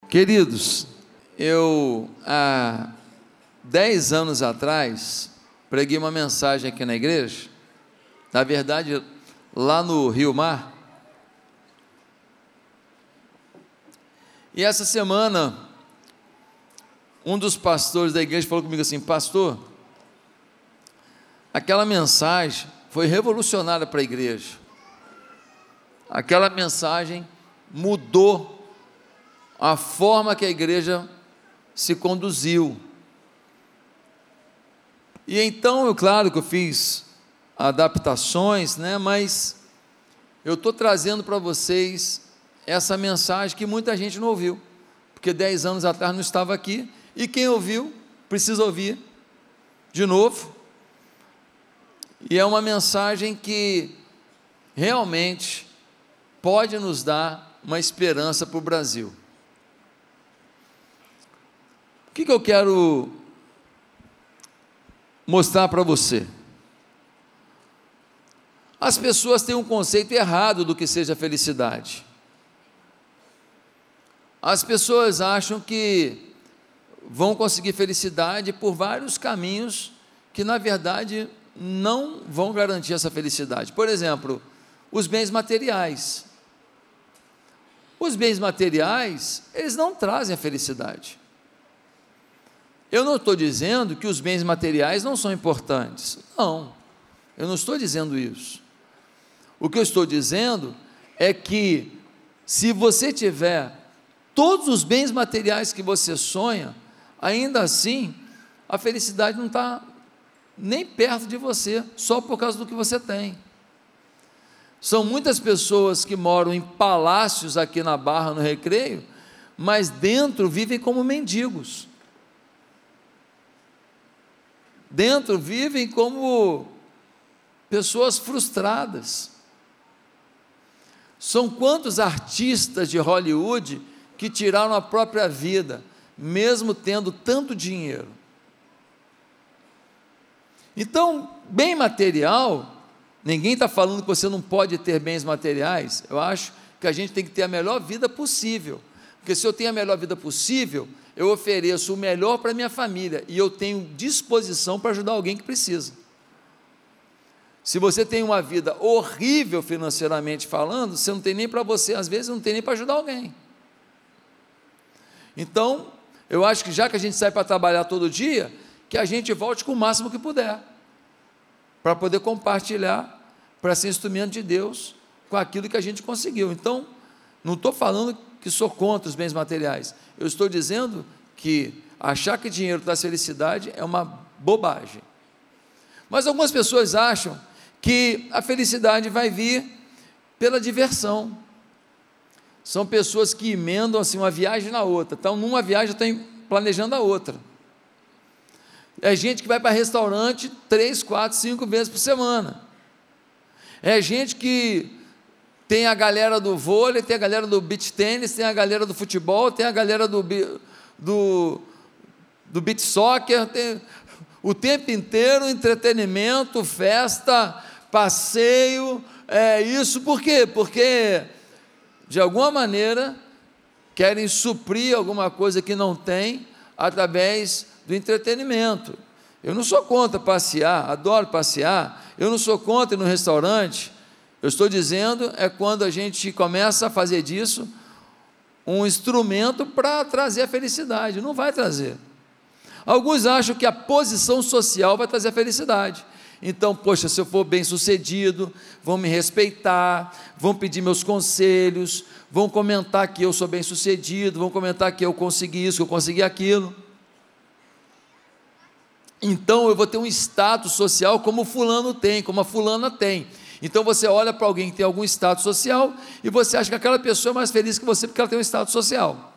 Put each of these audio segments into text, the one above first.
Queridos, eu há 10 anos atrás preguei uma mensagem aqui na igreja, na verdade lá no Rio Mar, e essa semana um dos pastores da igreja falou comigo assim: pastor, aquela mensagem foi revolucionária para a igreja, aquela mensagem mudou a forma que a igreja se conduziu. E então, claro que eu fiz adaptações, mas eu estou trazendo para vocês essa mensagem que muita gente não ouviu, porque 10 anos atrás não estava aqui, e quem ouviu, precisa ouvir de novo, e é uma mensagem que realmente pode nos dar uma esperança para o Brasil. O que eu quero mostrar para você? As pessoas têm um conceito errado do que seja felicidade. As pessoas acham que vão conseguir felicidade por vários caminhos que, na verdade, não vão garantir essa felicidade. Por exemplo, os bens materiais. Os bens materiais, eles não trazem a felicidade. Eu não estou dizendo que os bens materiais não são importantes. Não, eu não estou dizendo isso. O que eu estou dizendo é que, se você tiver todos os bens materiais que você sonha, ainda assim, a felicidade não está nem perto de você, só por causa do que você tem. São muitas pessoas que moram em palácios aqui na Barra, no Recreio, mas dentro vivem como mendigos. Dentro vivem como pessoas frustradas. São quantos artistas de Hollywood que tiraram a própria vida, mesmo tendo tanto dinheiro? Então, bem material, ninguém está falando que você não pode ter bens materiais. Eu acho que a gente tem que ter a melhor vida possível, porque se eu tenho a melhor vida possível, eu ofereço o melhor para a minha família, e eu tenho disposição para ajudar alguém que precisa. Se você tem uma vida horrível financeiramente falando, você não tem nem para você, às vezes não tem nem para ajudar alguém. Então, eu acho que já que a gente sai para trabalhar todo dia, que a gente volte com o máximo que puder, para poder compartilhar, para ser instrumento de Deus, com aquilo que a gente conseguiu. Então, não estou falando que sou contra os bens materiais, eu estou dizendo que achar que dinheiro traz felicidade é uma bobagem. Mas algumas pessoas acham que a felicidade vai vir pela diversão. São pessoas que emendam assim uma viagem na outra, então numa viagem estão planejando a outra. É gente que vai para restaurante 3, 4, 5 vezes por semana. É gente que tem a galera do vôlei, tem a galera do beach tênis, tem a galera do futebol, tem a galera do beach soccer, tem o tempo inteiro entretenimento, festa, passeio, isso por quê? Porque, de alguma maneira, querem suprir alguma coisa que não tem, através do entretenimento. Eu não sou contra passear, adoro passear, eu não sou contra ir no restaurante. Eu estou dizendo, quando a gente começa a fazer disso um instrumento para trazer a felicidade. Não vai trazer. Alguns acham que a posição social vai trazer a felicidade. Então, poxa, se eu for bem sucedido, vão me respeitar, vão pedir meus conselhos, vão comentar que eu sou bem sucedido, vão comentar que eu consegui isso, que eu consegui aquilo. Então eu vou ter um status social como o fulano tem, como a fulana tem. Então você olha para alguém que tem algum status social e você acha que aquela pessoa é mais feliz que você porque ela tem um status social.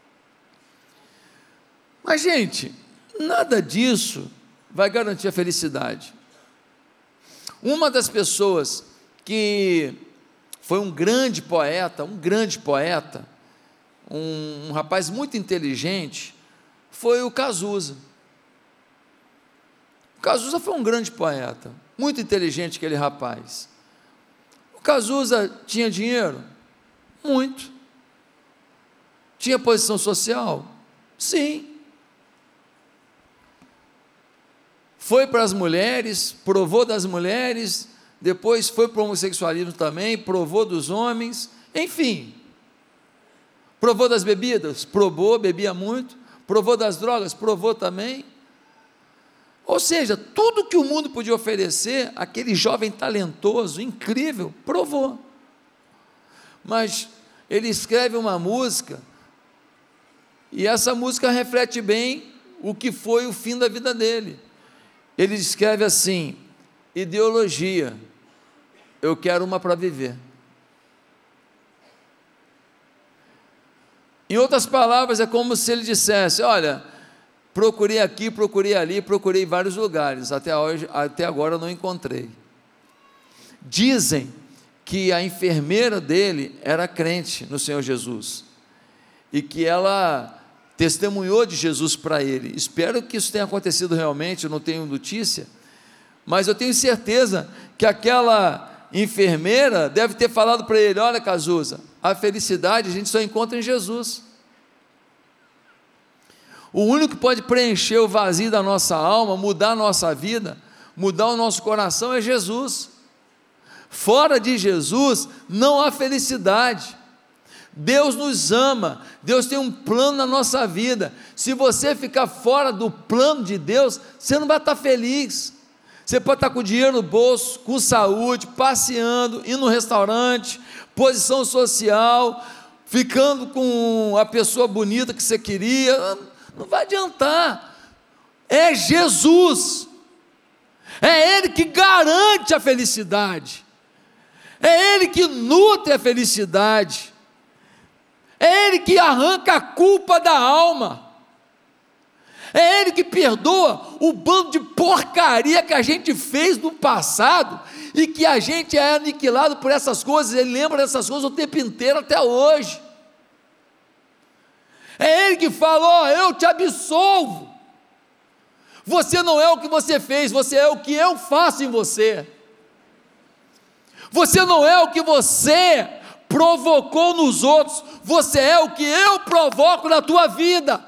Mas, gente, nada disso vai garantir a felicidade. Uma das pessoas que foi um grande poeta, um rapaz muito inteligente, foi o Cazuza. O Cazuza foi um grande poeta, muito inteligente aquele rapaz. O Cazuza tinha dinheiro? Muito. Tinha posição social? Sim. Foi para as mulheres, provou das mulheres, depois foi para o homossexualismo também, provou dos homens, enfim. Provou das bebidas? Provou, bebia muito. Provou das drogas? Provou também. Ou seja, tudo que o mundo podia oferecer, aquele jovem talentoso, incrível, provou. Mas ele escreve uma música, e essa música reflete bem o que foi o fim da vida dele. Ele escreve assim: ideologia, eu quero uma para viver. Em outras palavras, é como se ele dissesse: olha, procurei aqui, procurei ali, procurei em vários lugares, até agora eu não encontrei. Dizem que a enfermeira dele era crente no Senhor Jesus, e que ela testemunhou de Jesus para ele. Espero que isso tenha acontecido realmente, eu não tenho notícia, mas eu tenho certeza que aquela enfermeira deve ter falado para ele: olha, Cazuza, a felicidade a gente só encontra em Jesus. O único que pode preencher o vazio da nossa alma, mudar a nossa vida, mudar o nosso coração é Jesus. Fora de Jesus não há felicidade. Deus nos ama, Deus tem um plano na nossa vida. Se você ficar fora do plano de Deus, você não vai estar feliz. Você pode estar com dinheiro no bolso, com saúde, passeando, indo no restaurante, posição social, ficando com a pessoa bonita que você queria, não vai adiantar. É Jesus, é Ele que garante a felicidade, é Ele que nutre a felicidade, é Ele que arranca a culpa da alma, é Ele que perdoa o bando de porcaria que a gente fez no passado, e que a gente é aniquilado por essas coisas. Ele lembra dessas coisas o tempo inteiro até hoje. É Ele que falou: eu te absolvo, você não é o que você fez, você é o que eu faço em você, você não é o que você provocou nos outros, você é o que eu provoco na tua vida.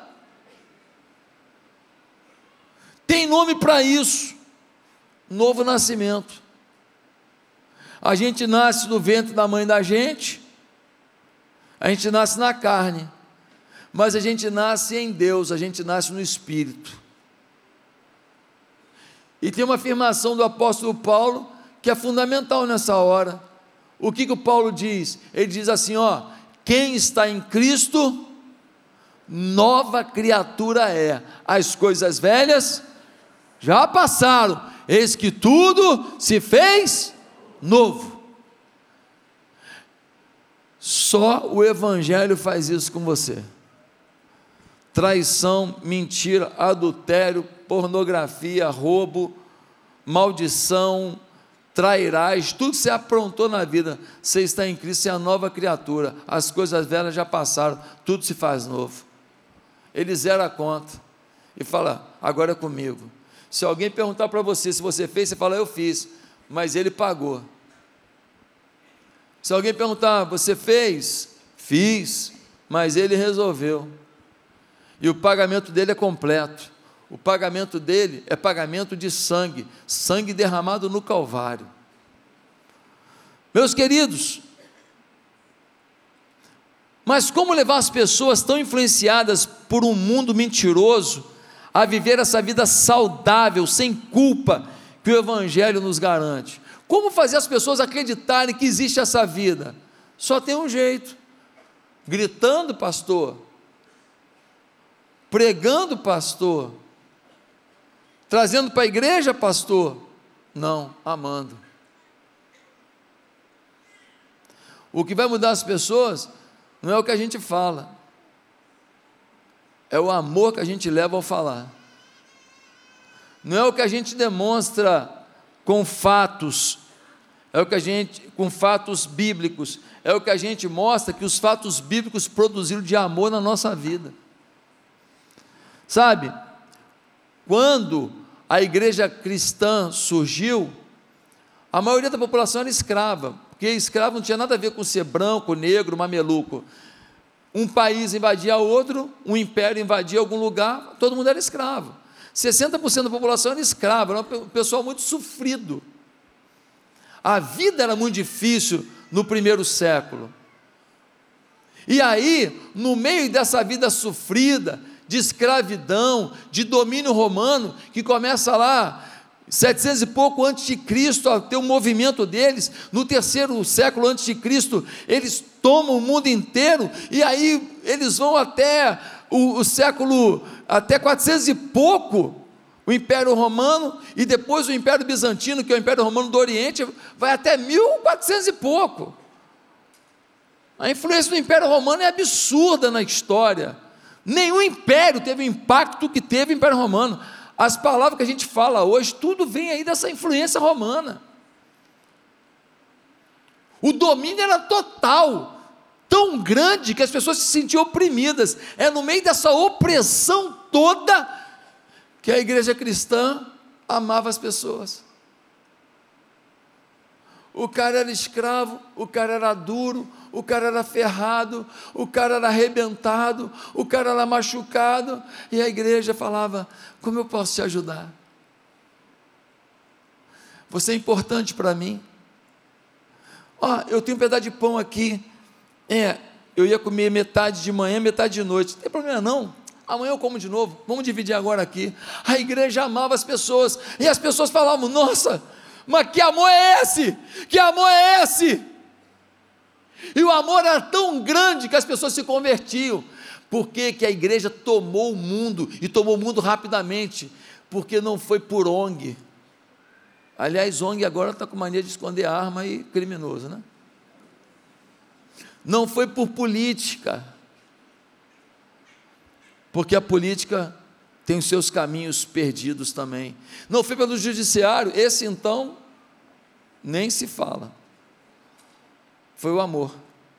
Tem nome para isso: novo nascimento. A gente nasce no ventre da mãe da gente, a gente nasce na carne, mas a gente nasce em Deus, a gente nasce no Espírito. E tem uma afirmação do apóstolo Paulo que é fundamental nessa hora. O que o Paulo diz? Ele diz assim: ó, quem está em Cristo, nova criatura é, as coisas velhas já passaram, eis que tudo se fez novo. Só o Evangelho faz isso com você. Traição, mentira, adultério, pornografia, roubo, maldição, trairás, tudo que você aprontou na vida, você está em Cristo, você é a nova criatura, as coisas velhas já passaram, tudo se faz novo. Ele zera a conta e fala: agora é comigo. Se alguém perguntar para você se você fez, você fala: eu fiz, mas ele pagou. Se alguém perguntar: você fez? Fiz, mas ele resolveu, e o pagamento dele é completo. O pagamento dele é pagamento de sangue, sangue derramado no Calvário. Meus queridos, mas como levar as pessoas tão influenciadas por um mundo mentiroso a viver essa vida saudável, sem culpa, que o Evangelho nos garante? Como fazer as pessoas acreditarem que existe essa vida? Só tem um jeito: gritando, pastor, pregando, pastor, trazendo para a igreja, pastor? Não, amando. O que vai mudar as pessoas não é o que a gente fala, é o amor que a gente leva ao falar. Não é o que a gente demonstra com fatos, é o que a gente, com fatos bíblicos, é o que a gente mostra que os fatos bíblicos produziram de amor na nossa vida. Sabe, quando a igreja cristã surgiu, a maioria da população era escrava, porque escravo não tinha nada a ver com ser branco, negro, mameluco. um país invadia outro, um império invadia algum lugar, todo mundo era escravo. 60% da população era escrava, era um pessoal muito sofrido. A vida era muito difícil no primeiro século. E aí, no meio dessa vida sofrida, de escravidão, de domínio romano, que começa lá, 700 e pouco antes de Cristo, a ter um movimento deles, no terceiro século antes de Cristo, eles tomam o mundo inteiro, e aí eles vão até o século, até 400 e pouco, o Império Romano, e depois o Império Bizantino, que é o Império Romano do Oriente, vai até 1400 e pouco. A influência do Império Romano é absurda na história. Nenhum império teve o impacto que teve o Império Romano. As palavras que a gente fala hoje, tudo vem aí dessa influência romana. O domínio era total, tão grande que as pessoas se sentiam oprimidas. É no meio dessa opressão toda que a igreja cristã amava as pessoas. O cara era escravo, o cara era duro, o cara era ferrado, o cara era arrebentado, o cara era machucado, e a igreja falava: como eu posso te ajudar? Você é importante para mim. Eu tenho um pedaço de pão aqui, eu ia comer metade de manhã, metade de noite, não tem problema não, amanhã eu como de novo, vamos dividir agora aqui. A igreja amava as pessoas, e as pessoas falavam: nossa, mas que amor é esse? Que amor é esse? E o amor era tão grande que as pessoas se convertiam. Por que que a igreja tomou o mundo, e tomou o mundo rapidamente? Porque não foi por ONG. Aliás, ONG agora está com mania de esconder arma e criminoso, né? Não foi por política, porque a política tem os seus caminhos perdidos também. Não foi pelo judiciário, esse então nem se fala. Foi o amor.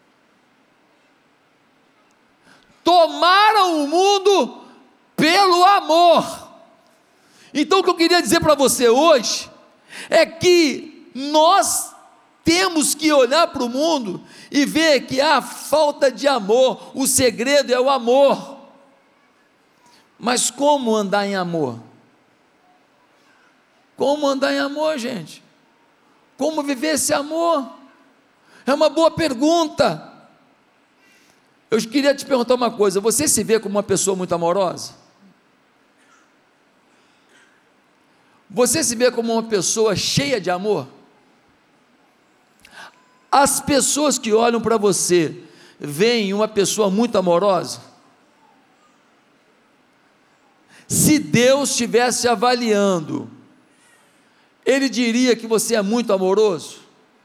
Tomaram o mundo pelo amor. Então o que eu queria dizer para você hoje é que nós temos que olhar para o mundo e ver que há falta de amor. O segredo é o amor. Mas como andar em amor? Como andar em amor, gente? Como viver esse amor? É uma boa pergunta. Eu queria te perguntar uma coisa: você se vê como uma pessoa muito amorosa? Você se vê como uma pessoa cheia de amor? As pessoas que olham para você, veem uma pessoa muito amorosa? Se Deus estivesse avaliando, Ele diria que você é muito amoroso?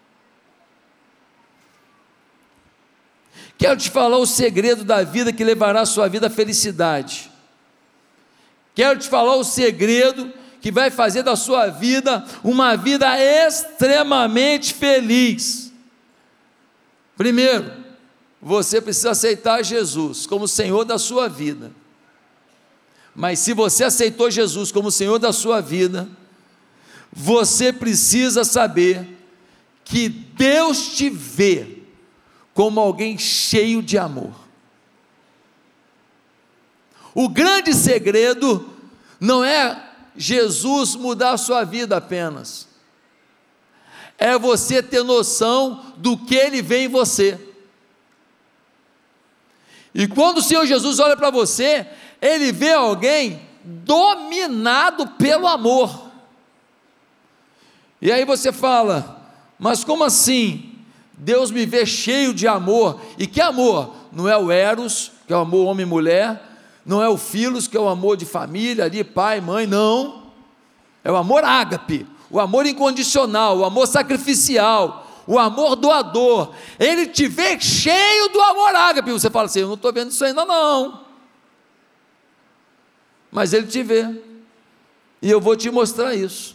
Quero te falar o segredo da vida que levará a sua vida à felicidade. Quero te falar o segredo que vai fazer da sua vida uma vida extremamente feliz. Primeiro, você precisa aceitar Jesus como Senhor da sua vida. Mas se você aceitou Jesus como Senhor da sua vida, você precisa saber que Deus te vê como alguém cheio de amor. O grande segredo não é Jesus mudar a sua vida apenas, é você ter noção do que Ele vê em você. E quando o Senhor Jesus olha para você, Ele vê alguém dominado pelo amor. E aí você fala: mas como assim? Deus me vê cheio de amor. E que amor? Não é o eros, que é o amor homem e mulher, não é o filos, que é o amor de família, ali pai, mãe, não. É o amor ágape, o amor incondicional, o amor sacrificial, o amor doador. Ele te vê cheio do amor ágape. Você fala assim: eu não estou vendo isso ainda não. Mas Ele te vê, e eu vou te mostrar isso.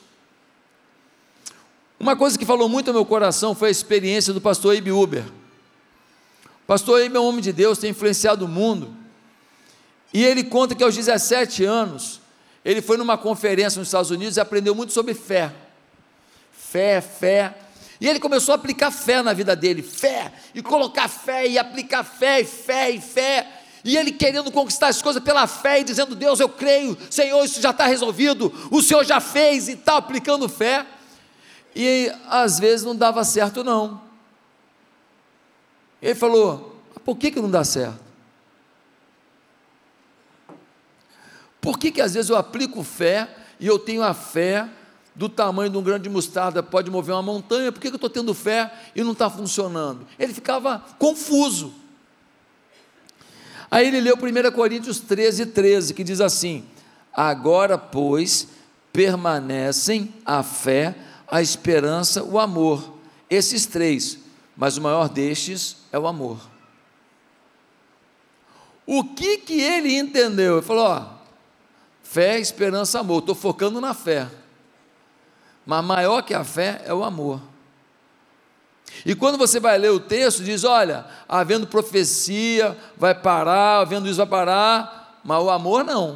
Uma coisa que falou muito ao meu coração foi a experiência do pastor Ibe Uber. O pastor Ibe é um homem de Deus, tem influenciado o mundo, e ele conta que aos 17 anos, ele foi numa conferência nos Estados Unidos e aprendeu muito sobre fé, E ele começou a aplicar fé na vida dele, fé, e colocar fé, e aplicar fé, e fé, e fé, e ele querendo conquistar as coisas pela fé, e dizendo: Deus, eu creio, Senhor, isso já está resolvido, o Senhor já fez, e tal, aplicando fé, e às vezes não dava certo não. Ele falou: por que não dá certo? Por que às vezes eu aplico fé, e eu tenho a fé do tamanho de um grão de mostarda, pode mover uma montanha, por que eu estou tendo fé e não está funcionando? Ele ficava confuso. Aí ele leu 1 Coríntios 13, que diz assim: agora, pois, permanecem a fé, a esperança, o amor, esses três, mas o maior destes é o amor. O que ele entendeu? Ele falou: fé, esperança, amor, estou focando na fé, mas maior que a fé é o amor. E quando você vai ler o texto, diz: olha, havendo profecia vai parar, havendo isso vai parar, mas o amor não,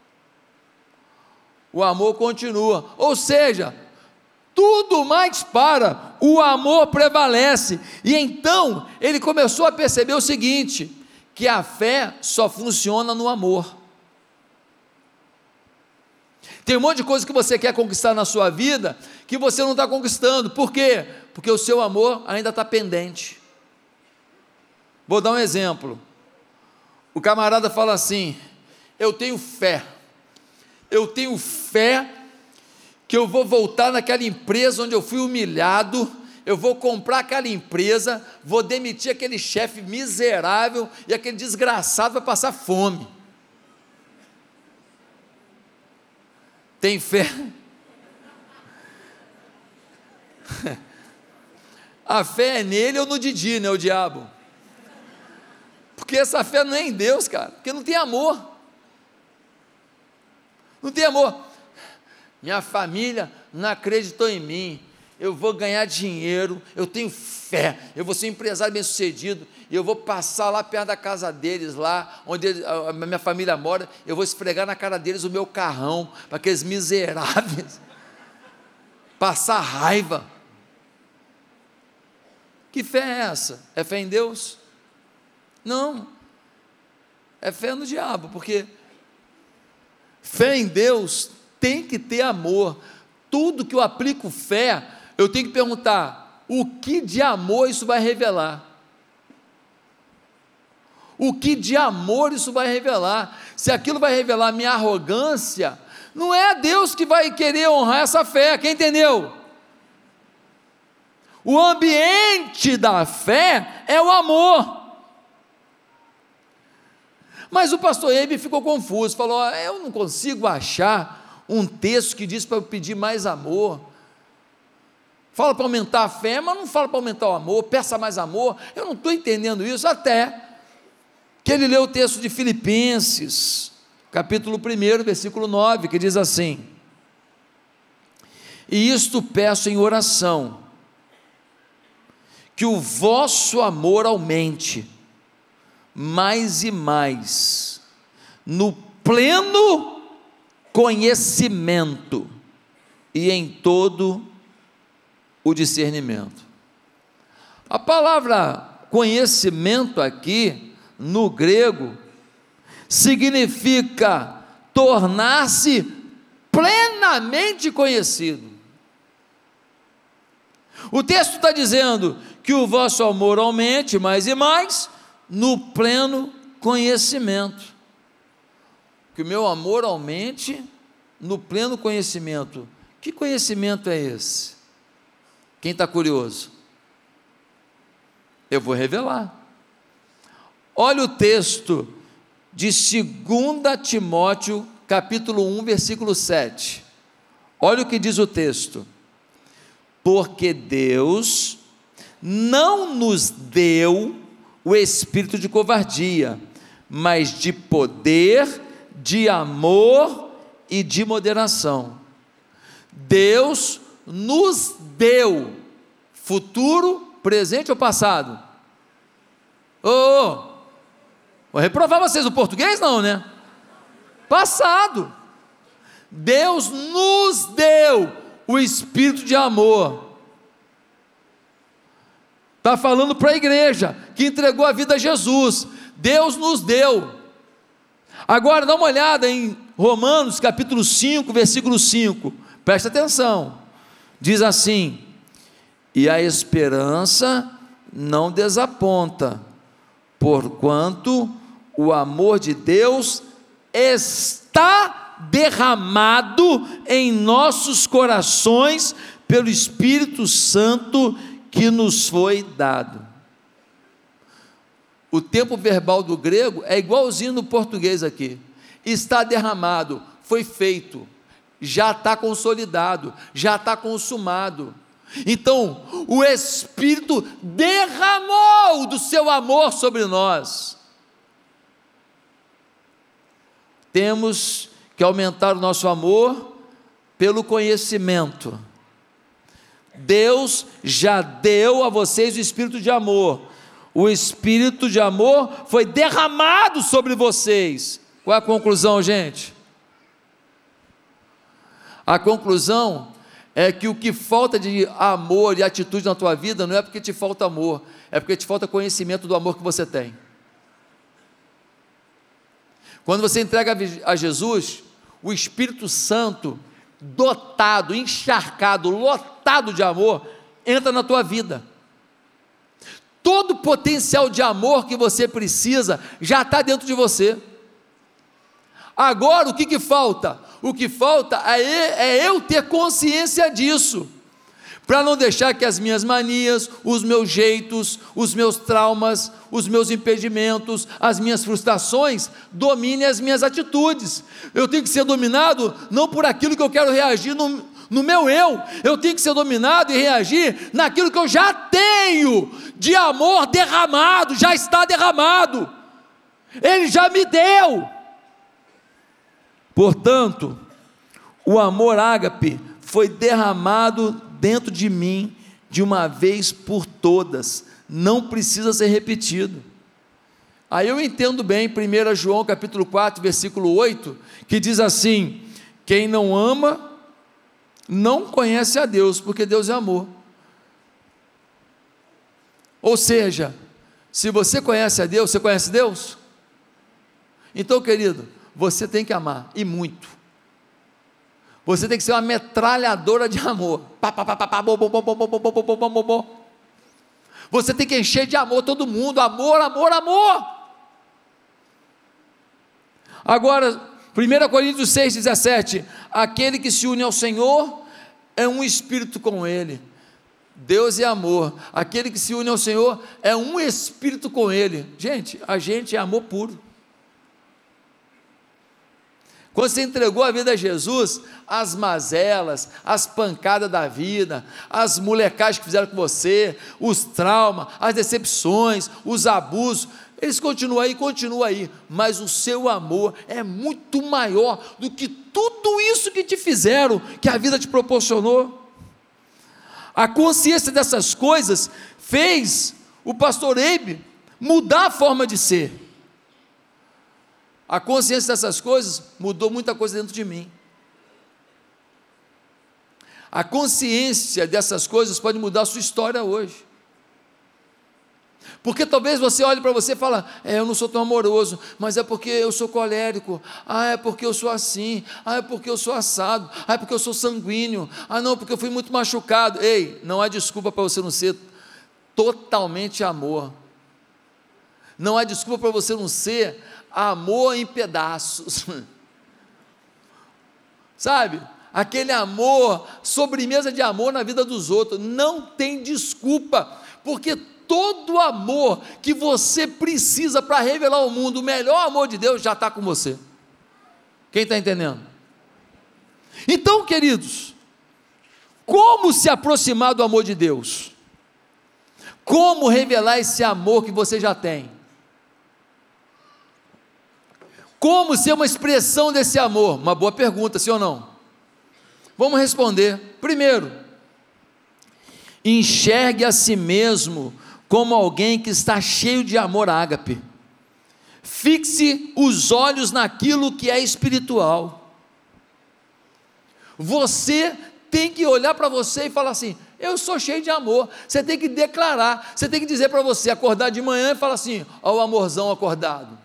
o amor continua, ou seja, tudo mais para, o amor prevalece. E então ele começou a perceber o seguinte, que a fé só funciona no amor. Tem um monte de coisa que você quer conquistar na sua vida, que você não está conquistando. Por quê? Porque o seu amor ainda está pendente. Vou dar um exemplo. O camarada fala assim: eu tenho fé que eu vou voltar naquela empresa onde eu fui humilhado, eu vou comprar aquela empresa, vou demitir aquele chefe miserável, e aquele desgraçado vai passar fome. Tem fé? A fé é nele ou no Didi, né, o diabo? Porque essa fé não é em Deus, cara, porque não tem amor. Não tem amor. Minha família não acreditou em mim, eu vou ganhar dinheiro, eu tenho fé, eu vou ser um empresário bem sucedido, e eu vou passar lá perto da casa deles, lá onde a minha família mora, eu vou esfregar na cara deles o meu carrão, para aqueles miseráveis passar raiva. Que fé é essa? É fé em Deus? Não, é fé no diabo, porque fé em Deus tem que ter amor. Tudo que eu aplico fé, eu tenho que perguntar: o que de amor isso vai revelar? O que de amor isso vai revelar? Se aquilo vai revelar minha arrogância, não é Deus que vai querer honrar essa fé, quem entendeu? O ambiente da fé é o amor. Mas o pastor Eibe ficou confuso, falou: eu não consigo achar um texto que diz para eu pedir mais amor. Fala para aumentar a fé, mas não fala para aumentar o amor, peça mais amor. Eu não estou entendendo isso, até que ele leu o texto de Filipenses, capítulo 1, versículo 9, que diz assim: e isto peço em oração, que o vosso amor aumente mais e mais, no pleno conhecimento e em todo o discernimento. A palavra conhecimento aqui, no grego, significa tornar-se plenamente conhecido. O texto está dizendo que o vosso amor aumente mais e mais, no pleno conhecimento. Que o meu amor aumente no pleno conhecimento. Que conhecimento é esse? Quem está curioso? Eu vou revelar. Olha o texto de 2 Timóteo, capítulo 1, versículo 7. Olha o que diz o texto: porque Deus não nos deu o espírito de covardia, mas de poder, de amor e de moderação. Deus nos deu, futuro, presente ou passado? Vou reprovar vocês, o português não, né? Passado. Deus nos deu o espírito de amor. está falando para a igreja que entregou a vida a Jesus. Deus nos deu. Agora dá uma olhada em Romanos capítulo 5, versículo 5, presta atenção, diz assim: e a esperança não desaponta, porquanto o amor de Deus está derramado em nossos corações pelo Espírito Santo que nos foi dado. O tempo verbal do grego é igualzinho no português aqui. Está derramado, foi feito, já está consolidado, já está consumado. Então, o Espírito derramou do seu amor sobre nós. Temos que aumentar o nosso amor pelo conhecimento. Deus já deu a vocês o Espírito de amor. O Espírito de amor foi derramado sobre vocês. Qual é a conclusão, gente? A conclusão é que o que falta de amor e atitude na tua vida não é porque te falta amor, é porque te falta conhecimento do amor que você tem. Quando você entrega a Jesus, o Espírito Santo, dotado, encharcado, lotado de amor, entra na tua vida. Todo o potencial de amor que você precisa já está dentro de você. Agora o que falta? O que falta é eu ter consciência disso, para não deixar que as minhas manias, os meus jeitos, os meus traumas, os meus impedimentos, as minhas frustrações dominem as minhas atitudes. Eu tenho que ser dominado não por aquilo que eu quero reagir no meu eu tenho que ser dominado e reagir naquilo que eu já tenho de amor derramado, já está derramado, Ele já me deu. Portanto, o amor ágape foi derramado dentro de mim de uma vez por todas, não precisa ser repetido. Aí eu entendo bem 1 João capítulo 4, versículo 8, que diz assim: quem não ama, não conhece a Deus, porque Deus é amor. Ou seja, se você conhece a Deus, você conhece Deus? Então, querido, você tem que amar, e muito. Você tem que ser uma metralhadora de amor. Você tem que encher de amor todo mundo. Amor, amor, amor. Agora, 1 Coríntios 6,17: aquele que se une ao Senhor é um espírito com Ele. Deus é amor. Aquele que se une ao Senhor é um espírito com Ele. Gente, a gente é amor puro. Quando você entregou a vida a Jesus, as mazelas, as pancadas da vida, as molecagens que fizeram com você, os traumas, as decepções, os abusos, eles continuam aí, mas o seu amor é muito maior do que tudo isso que te fizeram, que a vida te proporcionou. A consciência dessas coisas fez o pastor Eibe mudar a forma de ser. A consciência dessas coisas mudou muita coisa dentro de mim. A consciência dessas coisas pode mudar a sua história hoje. Porque talvez você olhe para você e fale: eu não sou tão amoroso, mas é porque eu sou colérico, é porque eu sou assim, é porque eu sou assado, é porque eu sou sanguíneo, não, porque eu fui muito machucado. Ei, não há desculpa para você não ser totalmente amor. Não há desculpa para você não ser amor em pedaços, sabe, aquele amor, sobremesa de amor na vida dos outros. Não tem desculpa, porque todo amor que você precisa para revelar ao mundo o melhor amor de Deus já está com você. Quem está entendendo? Então, queridos, como se aproximar do amor de Deus? Como revelar esse amor que você já tem? Como ser uma expressão desse amor? Uma boa pergunta, sim ou não? Vamos responder. Primeiro, enxergue a si mesmo como alguém que está cheio de amor ágape. Fixe os olhos naquilo que é espiritual. Você tem que olhar para você e falar assim: eu sou cheio de amor. Você tem que declarar, você tem que dizer para você, acordar de manhã e falar assim: ó o amorzão acordado.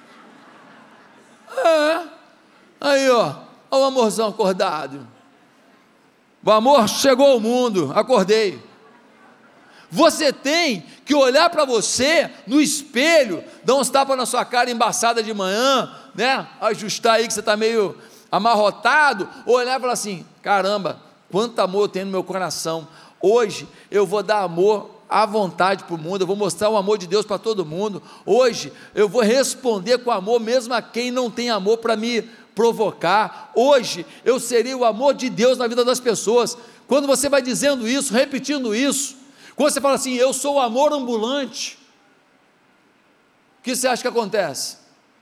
Aí ó o amorzão acordado. O amor chegou ao mundo, acordei. Você tem que olhar para você no espelho, dar uns tapas na sua cara embaçada de manhã, né? Ajustar aí que você está meio amarrotado, olhar e falar assim: caramba, quanto amor eu tenho no meu coração. Hoje eu vou dar amor à vontade para o mundo, eu vou mostrar o amor de Deus para todo mundo. Hoje eu vou responder com amor mesmo a quem não tem amor para me provocar. Hoje eu serei o amor de Deus na vida das pessoas. Quando você vai dizendo isso, repetindo isso, quando você fala assim: eu sou o amor ambulante, o que você acha que acontece?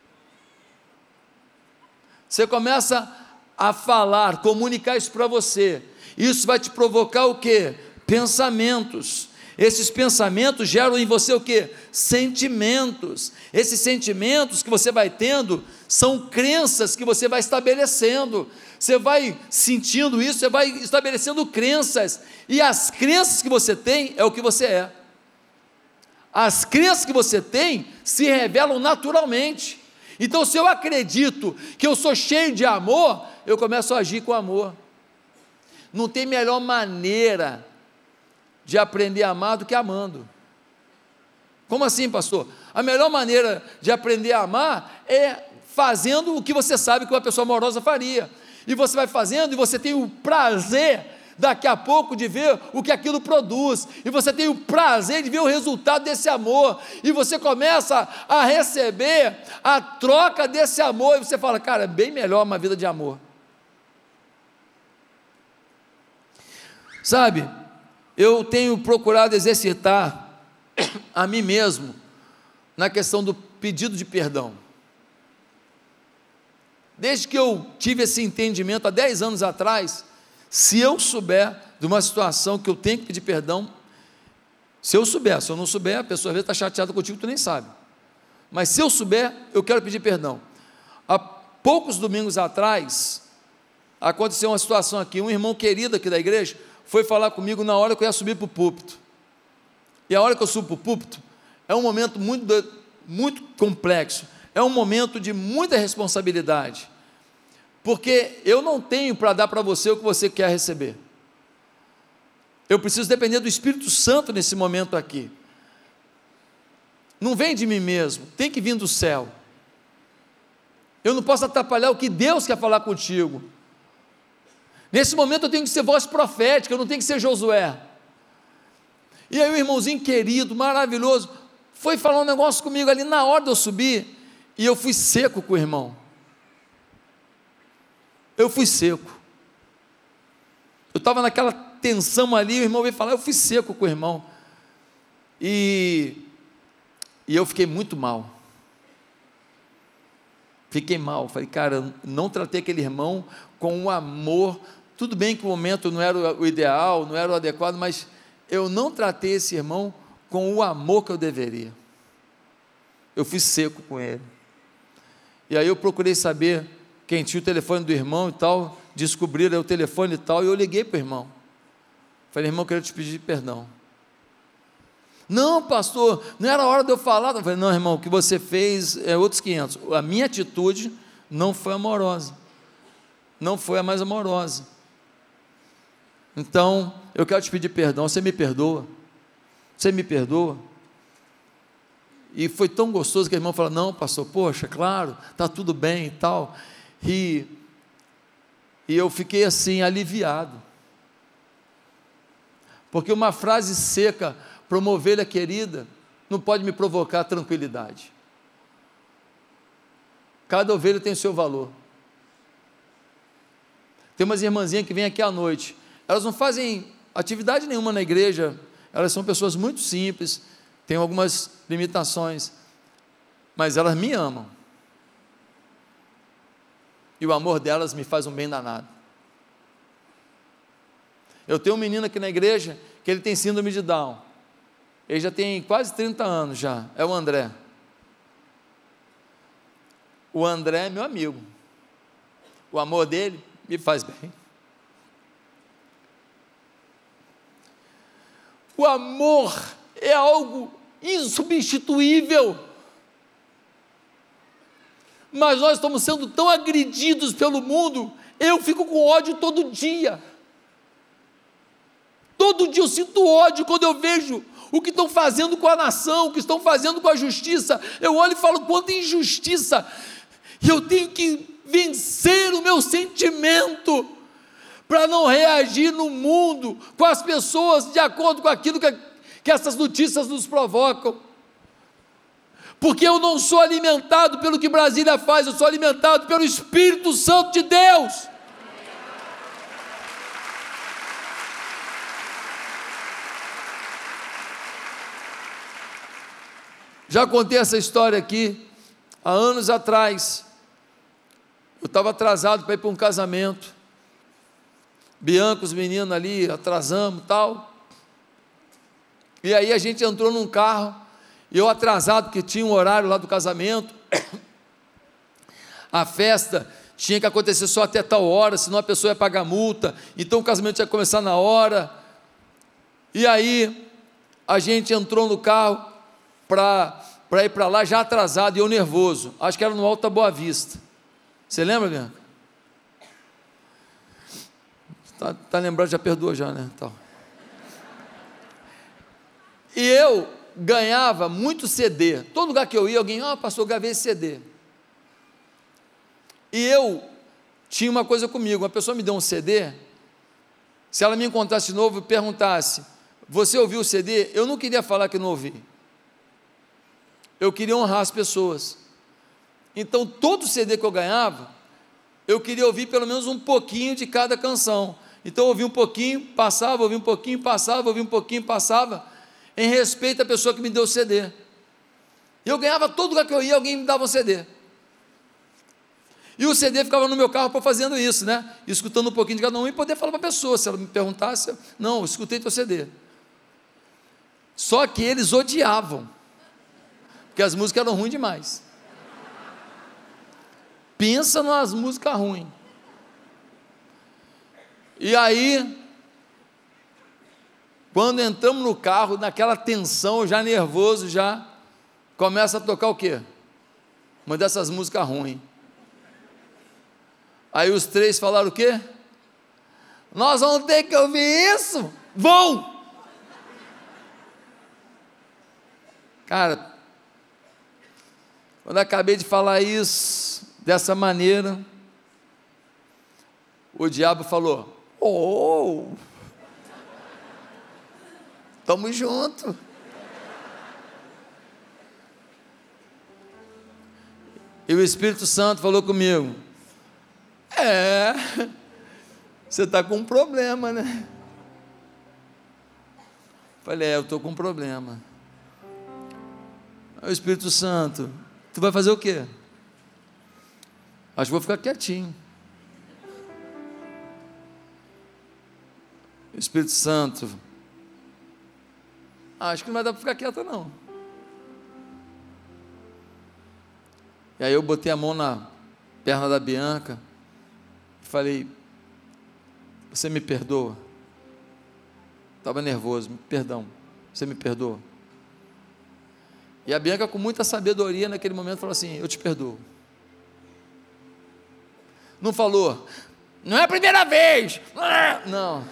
Você começa a falar, comunicar isso para você, isso vai te provocar o quê? Pensamentos. Esses pensamentos geram em você o quê? Sentimentos. Esses sentimentos que você vai tendo são crenças que você vai estabelecendo. Você vai sentindo isso, você vai estabelecendo crenças, e as crenças que você tem é o que você é. As crenças que você tem se revelam naturalmente. Então, se eu acredito que eu sou cheio de amor, eu começo a agir com amor. Não tem melhor maneira de aprender a amar do que amando. Como assim, pastor? A melhor maneira de aprender a amar é fazendo o que você sabe que uma pessoa amorosa faria, e você vai fazendo, e você tem o prazer daqui a pouco de ver o que aquilo produz, e você tem o prazer de ver o resultado desse amor, e você começa a receber a troca desse amor, e você fala: cara, é bem melhor uma vida de amor. Sabe, eu tenho procurado exercitar a mim mesmo na questão do pedido de perdão. Desde que eu tive esse entendimento há 10 anos atrás, se eu souber de uma situação que eu tenho que pedir perdão, se eu não souber, a pessoa às vezes está chateada contigo, tu nem sabe, mas se eu souber, eu quero pedir perdão. Há poucos domingos atrás, aconteceu uma situação aqui, um irmão querido aqui da igreja, foi falar comigo na hora que eu ia subir para o púlpito, e a hora que eu subo para o púlpito, é um momento muito complexo, é um momento de muita responsabilidade, porque eu não tenho para dar para você o que você quer receber, eu preciso depender do Espírito Santo nesse momento aqui, não vem de mim mesmo, tem que vir do céu, eu não posso atrapalhar o que Deus quer falar contigo. Nesse momento eu tenho que ser voz profética, eu não tenho que ser Josué. E aí o irmãozinho querido, maravilhoso, foi falar um negócio comigo ali na hora de eu subir, e eu fui seco com o irmão. Eu fui seco. Eu estava naquela tensão ali, o irmão veio falar, eu fui seco com o irmão. E eu fiquei muito mal. Fiquei mal, falei: cara, eu não tratei aquele irmão com o amor. Tudo bem que o momento não era o ideal, não era o adequado, mas eu não tratei esse irmão com o amor que eu deveria. Eu fui seco com ele. E aí eu procurei saber quem tinha o telefone do irmão e tal, descobriram o telefone e tal, e eu liguei para o irmão. Falei: irmão, eu quero te pedir perdão. Não, pastor, não era a hora de eu falar. Eu falei: não, irmão, o que você fez é outros 500. A minha atitude não foi amorosa. Não foi a mais amorosa. Então, eu quero te pedir perdão. Você me perdoa? Você me perdoa? E foi tão gostoso que a irmã falou: não, pastor, poxa, claro, está tudo bem e tal. E eu fiquei assim, aliviado. Porque uma frase seca para uma ovelha querida não pode me provocar tranquilidade. Cada ovelha tem o seu valor. Tem umas irmãzinhas que vêm aqui à noite, elas não fazem atividade nenhuma na igreja, elas são pessoas muito simples, têm algumas limitações, mas elas me amam, e o amor delas me faz um bem danado. Eu tenho um menino aqui na igreja, que ele tem síndrome de Down, ele já tem quase 30 anos já, é o André. O André é meu amigo, o amor dele me faz bem. O amor é algo insubstituível, mas nós estamos sendo tão agredidos pelo mundo. Eu fico com ódio todo dia eu sinto ódio quando eu vejo o que estão fazendo com a nação, o que estão fazendo com a justiça. Eu olho e falo, quanta injustiça, e eu tenho que vencer o meu sentimento, para não reagir no mundo, com as pessoas, de acordo com aquilo que essas notícias nos provocam, porque eu não sou alimentado pelo que Brasília faz, eu sou alimentado pelo Espírito Santo de Deus. Já contei essa história aqui, há anos atrás. Eu estava atrasado para ir para um casamento, Bianca, os meninos ali, atrasamos e tal, e aí a gente entrou num carro, e eu atrasado, porque tinha um horário lá do casamento, a festa tinha que acontecer só até tal hora, senão a pessoa ia pagar multa, então o casamento ia começar na hora, e aí a gente entrou no carro, para ir para lá já atrasado, e eu nervoso, acho que era no Alta Boa Vista. Você lembra, Bianca? Tá lembrado, já perdoou já, né? Então. E eu ganhava muito CD, todo lugar que eu ia, alguém, pastor, eu gravei esse CD. E eu tinha uma coisa comigo, uma pessoa me deu um CD, se ela me encontrasse de novo e perguntasse, você ouviu o CD? Eu não queria falar que não ouvi, eu queria honrar as pessoas. Então todo CD que eu ganhava, eu queria ouvir pelo menos um pouquinho de cada canção. Então eu ouvia um pouquinho, passava, ouvia um pouquinho, passava, ouvia um pouquinho, passava, em respeito à pessoa que me deu o CD. E eu ganhava todo lugar que eu ia, alguém me dava um CD. E o CD ficava no meu carro para fazendo isso, né? Escutando um pouquinho de cada um e poder falar para a pessoa, se ela me perguntasse, não, eu escutei teu CD. Só que eles odiavam, porque as músicas eram ruins demais. Pensa nas músicas ruins. E aí, quando entramos no carro, naquela tensão, já nervoso, já começa a tocar o quê? Uma dessas músicas ruins. Aí os três falaram o quê? Nós vamos ter que ouvir isso? Vão! Cara, quando eu acabei de falar isso, dessa maneira, o diabo falou, estamos juntos. E o Espírito Santo falou comigo, você está com um problema, né? Falei, eu estou com um problema. Aí o Espírito Santo, tu vai fazer o quê? Acho que vou ficar quietinho. O Espírito Santo, acho que não vai dar para ficar quieto não. E aí eu botei a mão na perna da Bianca e falei, você me perdoa? Estava nervoso, perdão, você me perdoa? E a Bianca, com muita sabedoria naquele momento, falou assim, eu te perdoo. Não falou, não é a primeira vez, não.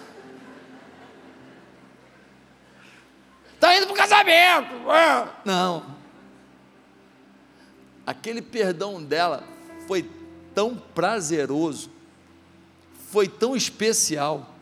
Está indo para o casamento, não. Aquele perdão dela foi tão prazeroso, foi tão especial,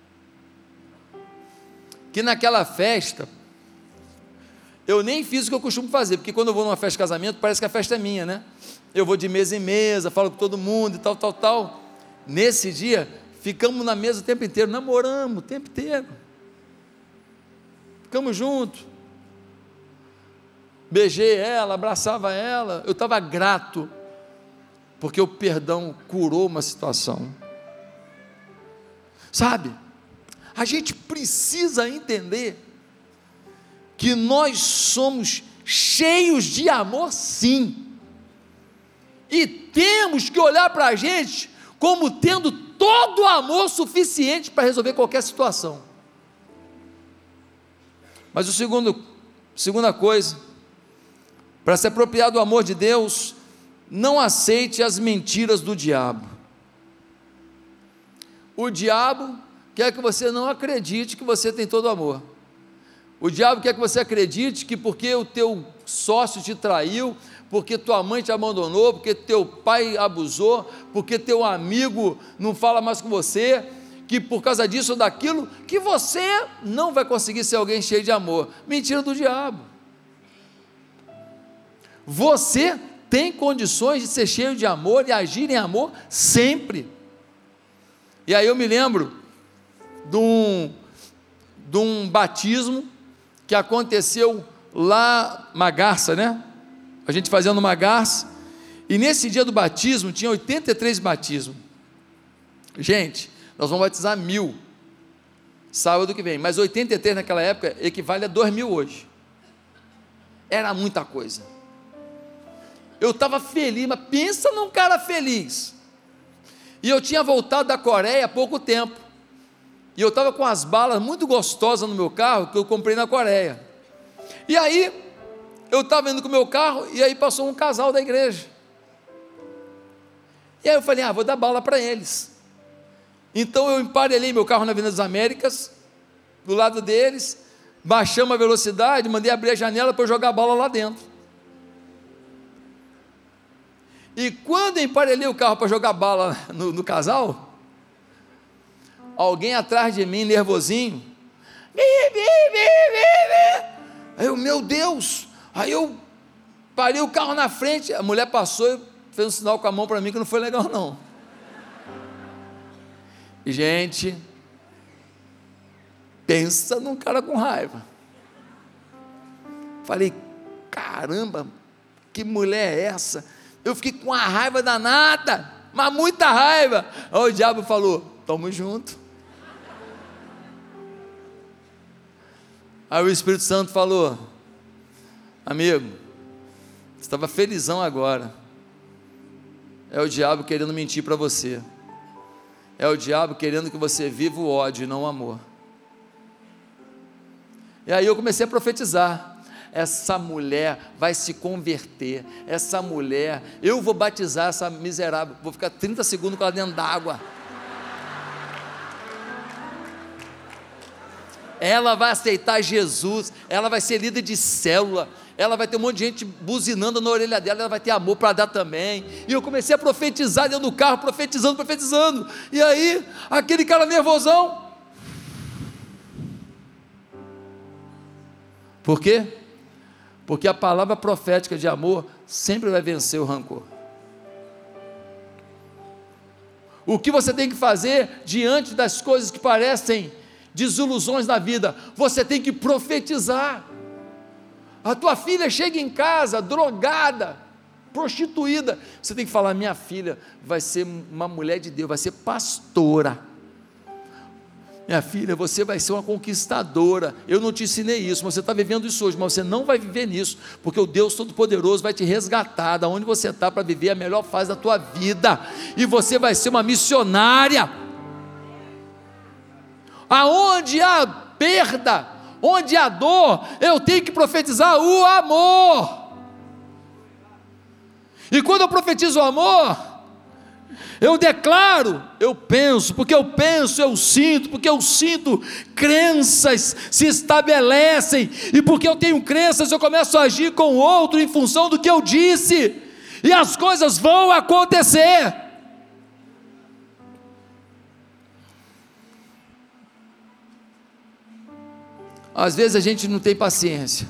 que naquela festa, eu nem fiz o que eu costumo fazer, porque quando eu vou numa festa de casamento, parece que a festa é minha, né? Eu vou de mesa em mesa, falo com todo mundo e tal. Nesse dia, ficamos na mesa o tempo inteiro, namoramos o tempo inteiro, ficamos juntos, beijei ela, abraçava ela, eu estava grato, porque o perdão curou uma situação, sabe? A gente precisa entender, que nós somos cheios de amor sim, e temos que olhar para a gente, como tendo todo o amor suficiente, para resolver qualquer situação, Mas segunda coisa, para se apropriar do amor de Deus, não aceite as mentiras do diabo. O diabo quer que você não acredite que você tem todo o amor. O diabo quer que você acredite que porque o teu sócio te traiu, porque tua mãe te abandonou, porque teu pai abusou, porque teu amigo não fala mais com você, que por causa disso ou daquilo, que você não vai conseguir ser alguém cheio de amor. Mentira do diabo. Você tem condições de ser cheio de amor e agir em amor sempre. E aí eu me lembro de um batismo que aconteceu lá, uma garça, né? A gente fazendo uma garça, e nesse dia do batismo, tinha 83 batismos. Gente, nós vamos batizar 1000, sábado que vem, mas 83 naquela época, equivale a 2000 hoje. Era muita coisa. Eu estava feliz, mas pensa num cara feliz. E eu tinha voltado da Coreia há pouco tempo, e eu estava com as balas muito gostosas no meu carro, que eu comprei na Coreia. E aí, eu estava indo com o meu carro, e aí passou um casal da igreja, e aí eu falei, vou dar bala para eles. Então eu emparelhei meu carro na Avenida das Américas, do lado deles, baixamos a velocidade, mandei abrir a janela para eu jogar a bala lá dentro. E quando eu emparelhei o carro para jogar bala no casal, alguém atrás de mim, nervosinho, aí eu, meu Deus, aí eu parei o carro na frente, a mulher passou e fez um sinal com a mão para mim que não foi legal não. E gente, pensa num cara com raiva. Falei, caramba, que mulher é essa? Eu fiquei com uma raiva danada, mas muita raiva. Aí o diabo falou, tamo junto. Aí o Espírito Santo falou, amigo, você estava felizão agora. É o diabo querendo mentir para você. É o diabo querendo que você viva o ódio e não o amor. E aí eu comecei a profetizar, essa mulher vai se converter, essa mulher, eu vou batizar essa miserável, vou ficar 30 segundos com ela dentro d'água, ela vai aceitar Jesus, ela vai ser líder de célula, ela vai ter um monte de gente buzinando na orelha dela, ela vai ter amor para dar também. E eu comecei a profetizar dentro do carro, profetizando, e aí, aquele cara nervosão, por quê? Porque a palavra profética de amor sempre vai vencer o rancor. O que você tem que fazer diante das coisas que parecem desilusões na vida? Você tem que profetizar. A tua filha chega em casa drogada, prostituída, você tem que falar, minha filha vai ser uma mulher de Deus, vai ser pastora. Minha filha, você vai ser uma conquistadora. Eu não te ensinei isso, mas você está vivendo isso hoje, mas você não vai viver nisso, porque o Deus Todo-Poderoso vai te resgatar da onde você está para viver a melhor fase da tua vida, e você vai ser uma missionária. Aonde há perda, onde há dor, eu tenho que profetizar o amor. E quando eu profetizo o amor, eu declaro, eu penso, porque eu penso, eu sinto, porque eu sinto, crenças se estabelecem, e porque eu tenho crenças, eu começo a agir com o outro em função do que eu disse, e as coisas vão acontecer. Às vezes a gente não tem paciência,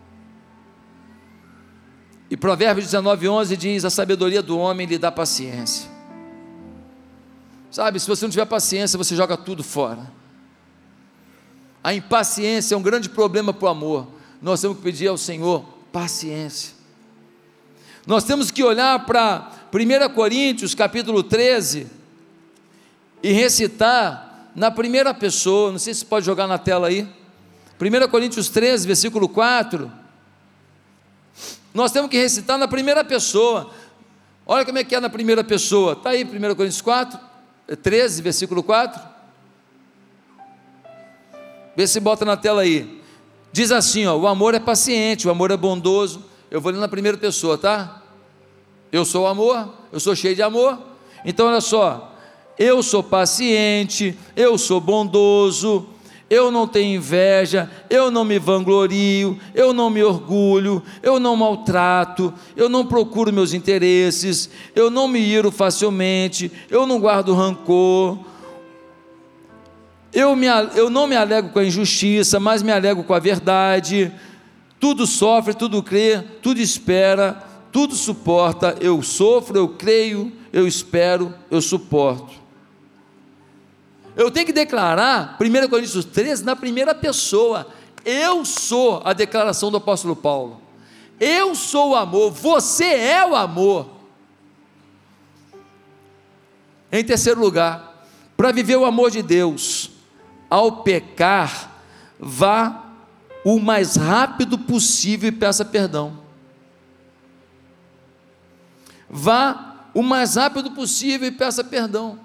e Provérbios 19:11 diz, a sabedoria do homem lhe dá paciência. Sabe, se você não tiver paciência, você joga tudo fora. A impaciência é um grande problema para o amor. Nós temos que pedir ao Senhor paciência. Nós temos que olhar para 1 Coríntios capítulo 13 e recitar na primeira pessoa. Não sei se pode jogar na tela aí. 1 Coríntios 13, versículo 4. Nós temos que recitar na primeira pessoa. Olha como é que é na primeira pessoa. Está aí 1 Coríntios 13, versículo 4. Vê se bota na tela aí. Diz assim, ó, o amor é paciente, o amor é bondoso. Eu vou ler na primeira pessoa, tá? Eu sou o amor, eu sou cheio de amor. Então olha só, eu sou paciente, eu sou bondoso, eu não tenho inveja, eu não me vanglorio, eu não me orgulho, eu não maltrato, eu não procuro meus interesses, eu não me iro facilmente, eu não guardo rancor, eu não me alegro com a injustiça, mas me alegro com a verdade. Tudo sofre, tudo crê, tudo espera, tudo suporta. Eu sofro, eu creio, eu espero, eu suporto. Eu tenho que declarar 1 Coríntios 13 na primeira pessoa. Eu sou a declaração do apóstolo Paulo. Eu sou o amor, você é o amor. Em terceiro lugar, para viver o amor de Deus, ao pecar, vá o mais rápido possível e peça perdão. Vá o mais rápido possível e peça perdão.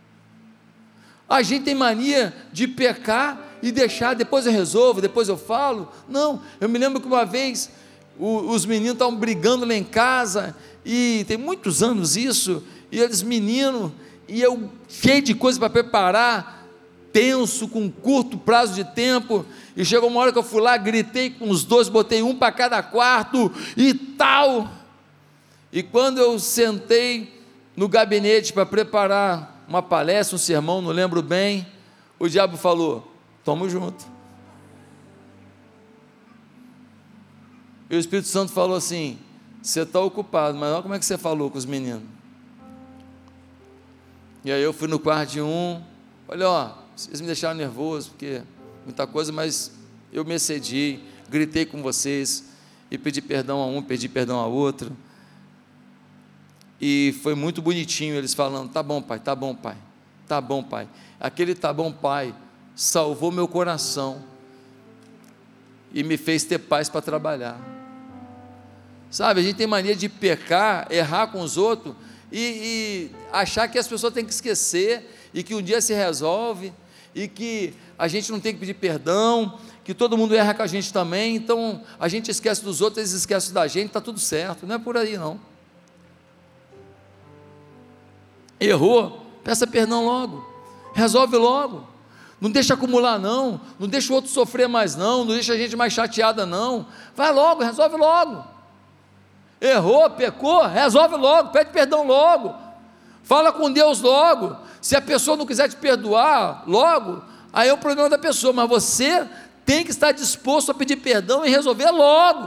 A gente tem mania de pecar e deixar, depois eu resolvo, depois eu falo. Não, eu me lembro que uma vez os meninos estavam brigando lá em casa, e tem muitos anos isso, e eles meninos, e eu cheio de coisa para preparar, tenso, com um curto prazo de tempo, e chegou uma hora que eu fui lá, gritei com os dois, botei um para cada quarto, e tal, e quando eu sentei no gabinete para preparar uma palestra, um sermão, não lembro bem, o diabo falou, tamo junto, e o Espírito Santo falou assim, você está ocupado, mas olha como é que você falou com os meninos, e aí eu fui no quarto de um, olha, ó, vocês me deixaram nervoso, porque muita coisa, mas eu me excedi, gritei com vocês, e pedi perdão a um, pedi perdão a outro, e foi muito bonitinho, eles falando, tá bom pai, tá bom pai, tá bom pai, aquele tá bom pai, salvou meu coração, e me fez ter paz para trabalhar, sabe, a gente tem mania de pecar, errar com os outros, e achar que as pessoas têm que esquecer, e que um dia se resolve, e que a gente não tem que pedir perdão, que todo mundo erra com a gente também, então a gente esquece dos outros, eles esquecem da gente, está tudo certo, não é por aí não. Errou, peça perdão logo, resolve logo, não deixa acumular não deixa o outro sofrer mais não deixa a gente mais chateada não, vai logo, resolve logo, errou, pecou, resolve logo, pede perdão logo, fala com Deus logo, se a pessoa não quiser te perdoar logo, aí é o problema da pessoa, mas você tem que estar disposto a pedir perdão e resolver logo.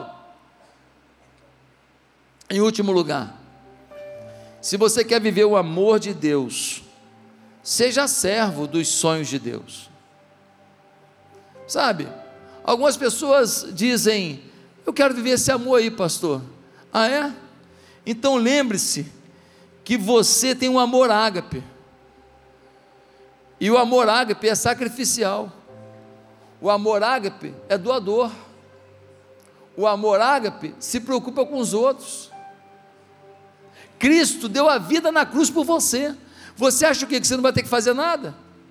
Em último lugar, se você quer viver o amor de Deus, seja servo dos sonhos de Deus. Sabe, algumas pessoas dizem, eu quero viver esse amor aí, pastor. Ah é? Então lembre-se que você tem um amor ágape, e o amor ágape é sacrificial, o amor ágape é doador, o amor ágape se preocupa com os outros. Cristo deu a vida na cruz por você. Você acha o quê? Que você não vai ter que fazer nada?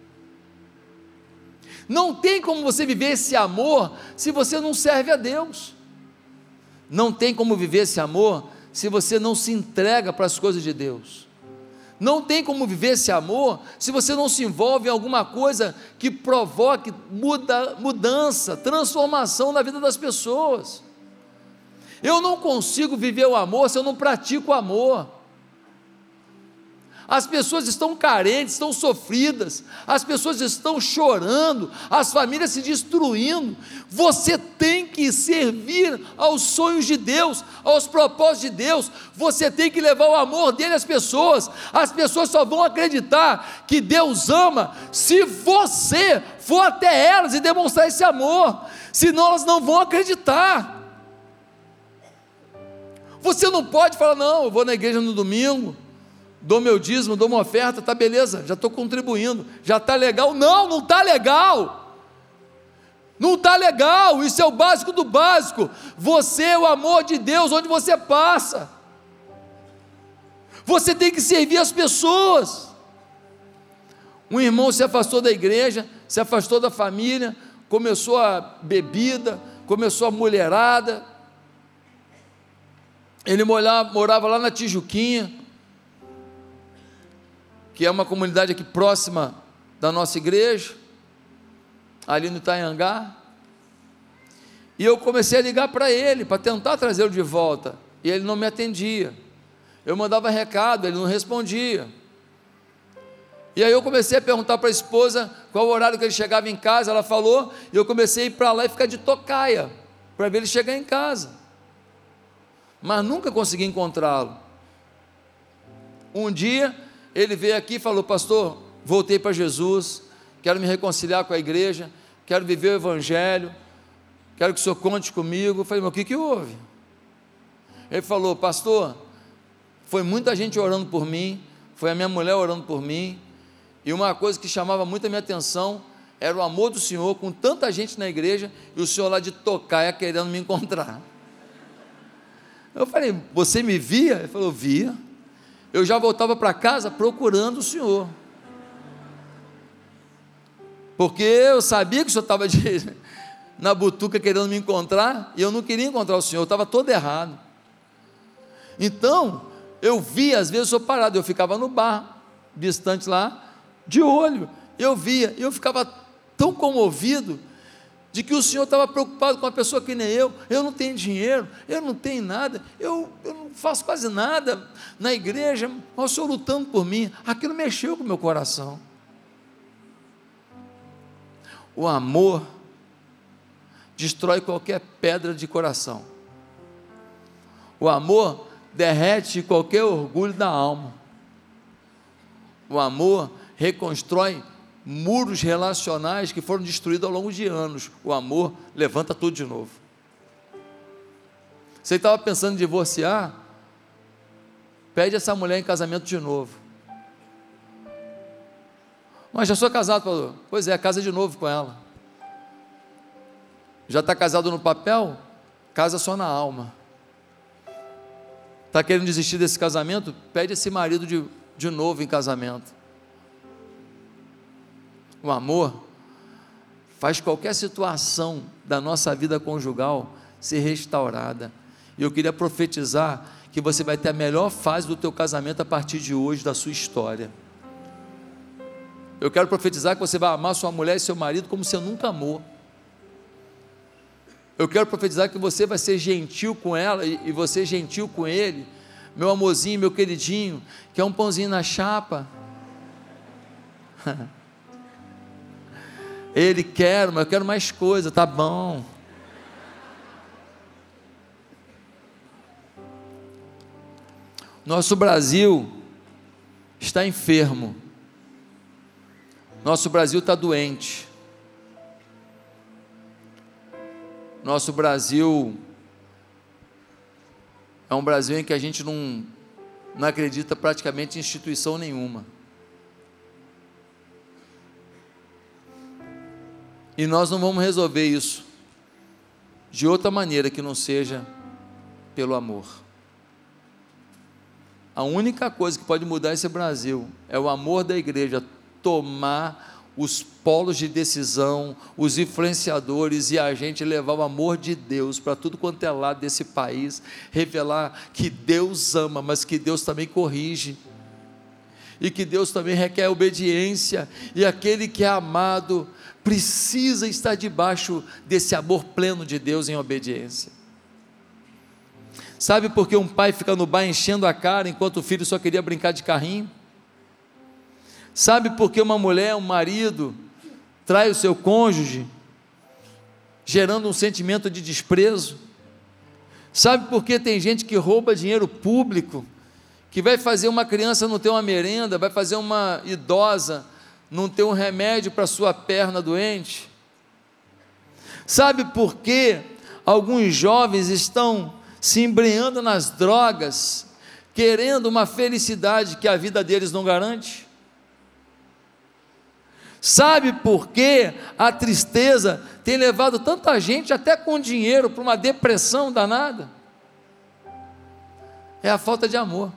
Não tem como você viver esse amor se você não serve a Deus, não tem como viver esse amor se você não se entrega para as coisas de Deus, não tem como viver esse amor se você não se envolve em alguma coisa que provoque mudança, transformação na vida das pessoas. Eu não consigo viver o amor se eu não pratico o amor. As pessoas estão carentes, estão sofridas, as pessoas estão chorando, as famílias se destruindo. Você tem que servir aos sonhos de Deus, aos propósitos de Deus. Você tem que levar o amor dele às pessoas. As pessoas só vão acreditar que Deus ama se você for até elas e demonstrar esse amor, senão elas não vão acreditar. Você não pode falar, não, eu vou na igreja no domingo, dou meu dízimo, dou uma oferta, tá beleza, já estou contribuindo, já está legal. Não, não está legal, não está legal, isso é o básico do básico. Você é o amor de Deus onde você passa, você tem que servir as pessoas. Um irmão se afastou da igreja, se afastou da família, começou a bebida, começou a mulherada. Ele morava lá na Tijuquinha, que é uma comunidade aqui próxima da nossa igreja, ali no Itanhangá. E eu comecei a ligar para ele, para tentar trazê-lo de volta, e ele não me atendia. Eu mandava recado, ele não respondia. E aí eu comecei a perguntar para a esposa qual o horário que ele chegava em casa. Ela falou, e eu comecei a ir para lá e ficar de tocaia, para ver ele chegar em casa, mas nunca consegui encontrá-lo. Um dia, ele veio aqui e falou: pastor, voltei para Jesus, quero me reconciliar com a igreja, quero viver o evangelho, quero que o senhor conte comigo. Eu falei: mas o que houve? Ele falou: pastor, foi muita gente orando por mim, foi a minha mulher orando por mim, e uma coisa que chamava muito a minha atenção era o amor do senhor com tanta gente na igreja, e o senhor lá de tocaia querendo me encontrar. Eu falei: você me via? Ele falou: via. Eu já voltava para casa procurando o senhor, porque eu sabia que o senhor estava na butuca querendo me encontrar, e eu não queria encontrar o senhor, eu estava todo errado. Então, eu via, às vezes eu sou parado, eu ficava no bar, distante lá, de olho, eu via, e eu ficava tão comovido, de que o senhor estava preocupado com uma pessoa que nem eu não tenho dinheiro, eu não tenho nada, eu não faço quase nada na igreja, mas o senhor lutando por mim. Aquilo mexeu com o meu coração. O amor destrói qualquer pedra de coração, o amor derrete qualquer orgulho da alma, o amor reconstrói muros relacionais que foram destruídos ao longo de anos. O amor levanta tudo de novo. Você estava pensando em divorciar? Pede essa mulher em casamento de novo. Mas já sou casado, pastor. Pois é, casa de novo com ela. Já está casado no papel? Casa só na alma. Está querendo desistir desse casamento? Pede esse marido de novo em casamento. O amor faz qualquer situação da nossa vida conjugal ser restaurada. E eu queria profetizar que você vai ter a melhor fase do teu casamento a partir de hoje, da sua história. Eu quero profetizar que você vai amar sua mulher e seu marido como você nunca amou. Eu quero profetizar que você vai ser gentil com ela e você gentil com ele. Meu amorzinho, meu queridinho, quer um pãozinho na chapa? Ele quer, mas eu quero mais coisa, tá bom. Nosso Brasil está enfermo. Nosso Brasil está doente. Nosso Brasil é um Brasil em que a gente não acredita praticamente em instituição nenhuma. E nós não vamos resolver isso de outra maneira que não seja pelo amor. A única coisa que pode mudar esse Brasil é o amor da igreja tomar os polos de decisão, os influenciadores, e a gente levar o amor de Deus para tudo quanto é lado desse país, revelar que Deus ama, mas que Deus também corrige, e que Deus também requer obediência, e aquele que é amado precisa estar debaixo desse amor pleno de Deus em obediência. Sabe por que um pai fica no bar enchendo a cara enquanto o filho só queria brincar de carrinho? Sabe por que uma mulher, um marido, trai o seu cônjuge, gerando um sentimento de desprezo? Sabe por que tem gente que rouba dinheiro público, que vai fazer uma criança não ter uma merenda, vai fazer uma idosa não ter um remédio para sua perna doente? Sabe por que alguns jovens estão se embrenhando nas drogas, querendo uma felicidade que a vida deles não garante? Sabe por que a tristeza tem levado tanta gente, até com dinheiro, para uma depressão danada? É a falta de amor.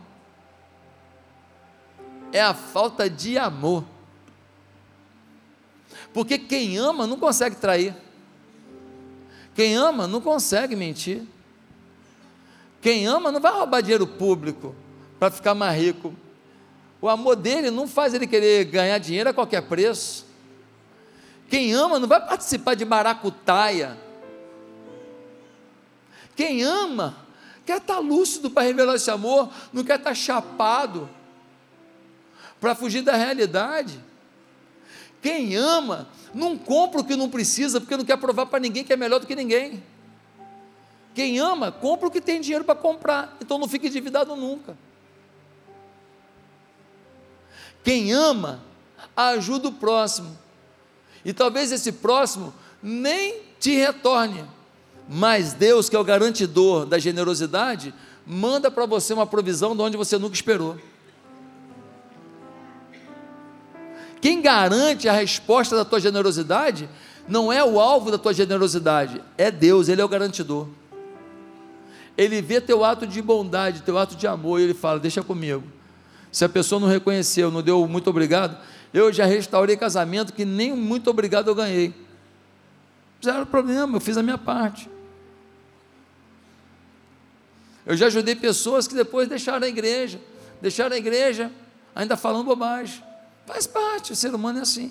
É a falta de amor. Porque quem ama não consegue trair. Quem ama não consegue mentir. Quem ama não vai roubar dinheiro público para ficar mais rico. O amor dele não faz ele querer ganhar dinheiro a qualquer preço. Quem ama não vai participar de maracutaia. Quem ama quer estar lúcido para revelar esse amor, não quer estar chapado para fugir da realidade. Quem ama não compra o que não precisa, porque não quer provar para ninguém que é melhor do que ninguém. Quem ama, compra o que tem dinheiro para comprar, então não fica endividado nunca. Quem ama, ajuda o próximo, e talvez esse próximo nem te retorne, mas Deus, que é o garantidor da generosidade, manda para você uma provisão de onde você nunca esperou. Quem garante a resposta da tua generosidade, não é o alvo da tua generosidade, é Deus, Ele é o garantidor. Ele vê teu ato de bondade, teu ato de amor, e Ele fala, deixa comigo. Se a pessoa não reconheceu, não deu muito obrigado, eu já restaurei casamento que nem muito obrigado eu ganhei. Zero problema, eu fiz a minha parte. Eu já ajudei pessoas que depois deixaram a igreja ainda falando bobagem. Faz parte, o ser humano é assim.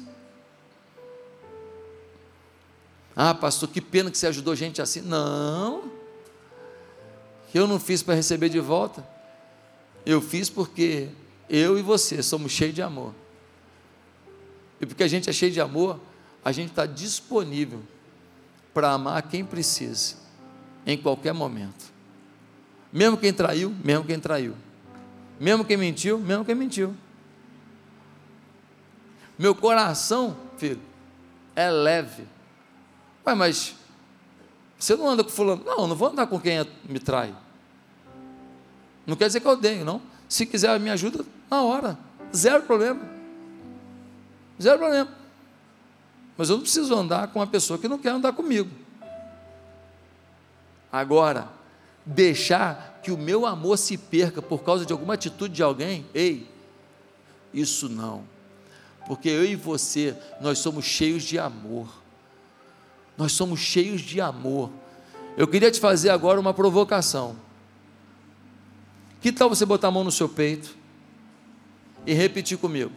Ah, pastor, que pena que você ajudou gente assim. Não, eu não fiz para receber de volta, eu fiz porque eu e você somos cheios de amor, e porque a gente é cheio de amor, a gente está disponível para amar quem precisa, em qualquer momento, mesmo quem traiu, mesmo quem mentiu. Meu coração, filho, é leve. Ué, mas você não anda com fulano? Não vou andar com quem me trai. Não quer dizer que eu odeio, não. Se quiser me ajuda, na hora, zero problema. Mas eu não preciso andar com uma pessoa que não quer andar comigo. Agora, deixar que o meu amor se perca por causa de alguma atitude de alguém, isso não. Porque eu e você, nós somos cheios de amor. Eu queria te fazer agora uma provocação. Que tal você botar a mão no seu peito e repetir comigo?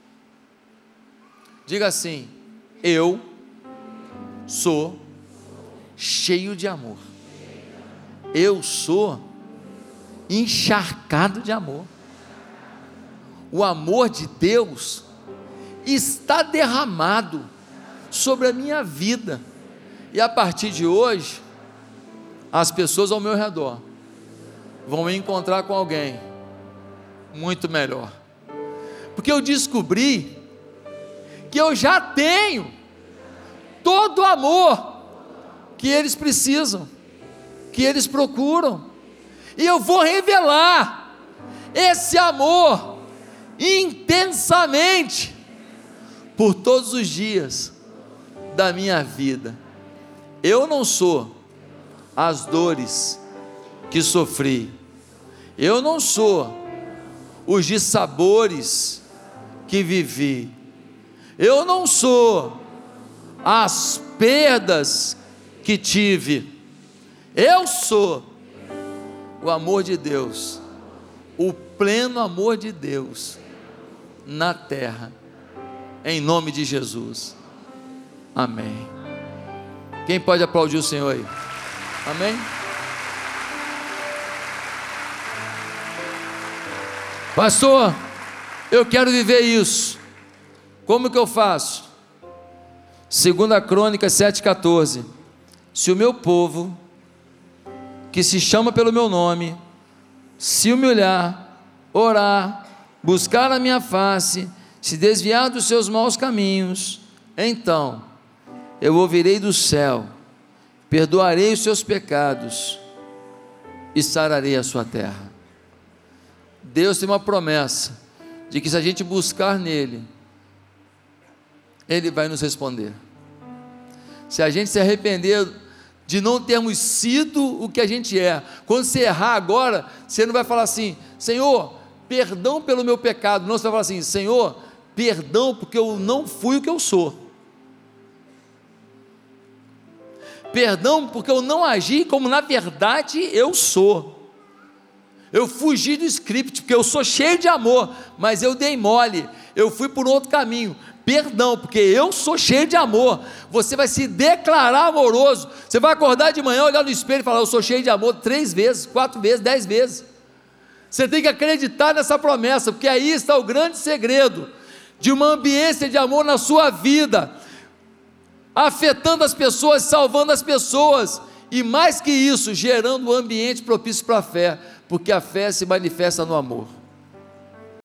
Diga assim: eu sou cheio de amor. Eu sou encharcado de amor. O amor de Deus está derramado sobre a minha vida, e a partir de hoje, as pessoas ao meu redor vão me encontrar com alguém muito melhor, porque eu descobri que eu já tenho todo o amor que eles precisam, que eles procuram, e eu vou revelar esse amor intensamente por todos os dias da minha vida. Eu não sou as dores que sofri, eu não sou os dissabores que vivi, eu não sou as perdas que tive, eu sou o amor de Deus, o pleno amor de Deus na terra, em nome de Jesus, amém. Quem pode aplaudir o Senhor aí? Amém? Pastor, eu quero viver isso, como que eu faço? 2 Crônicas 7,14, se o meu povo, que se chama pelo meu nome, se humilhar, orar, buscar a minha face, se desviar dos seus maus caminhos, então eu ouvirei do céu, perdoarei os seus pecados e sararei a sua terra. Deus tem uma promessa de que se a gente buscar nele, Ele vai nos responder. Se a gente se arrepender de não termos sido o que a gente é, quando você errar agora, você não vai falar assim: Senhor, perdão pelo meu pecado. Não, você vai falar assim: Senhor, perdão porque eu não fui o que eu sou. Perdão porque eu não agi como na verdade eu sou. Eu fugi do script, porque eu sou cheio de amor, mas eu dei mole, eu fui por outro caminho. Perdão, porque eu sou cheio de amor. Você vai se declarar amoroso. Você vai acordar de manhã, olhar no espelho e falar: eu sou cheio de amor 3 vezes, 4 vezes, 10 vezes. Você tem que acreditar nessa promessa, porque aí está o grande segredo de uma ambiência de amor na sua vida, afetando as pessoas, salvando as pessoas, e mais que isso, gerando um ambiente propício para a fé, porque a fé se manifesta no amor.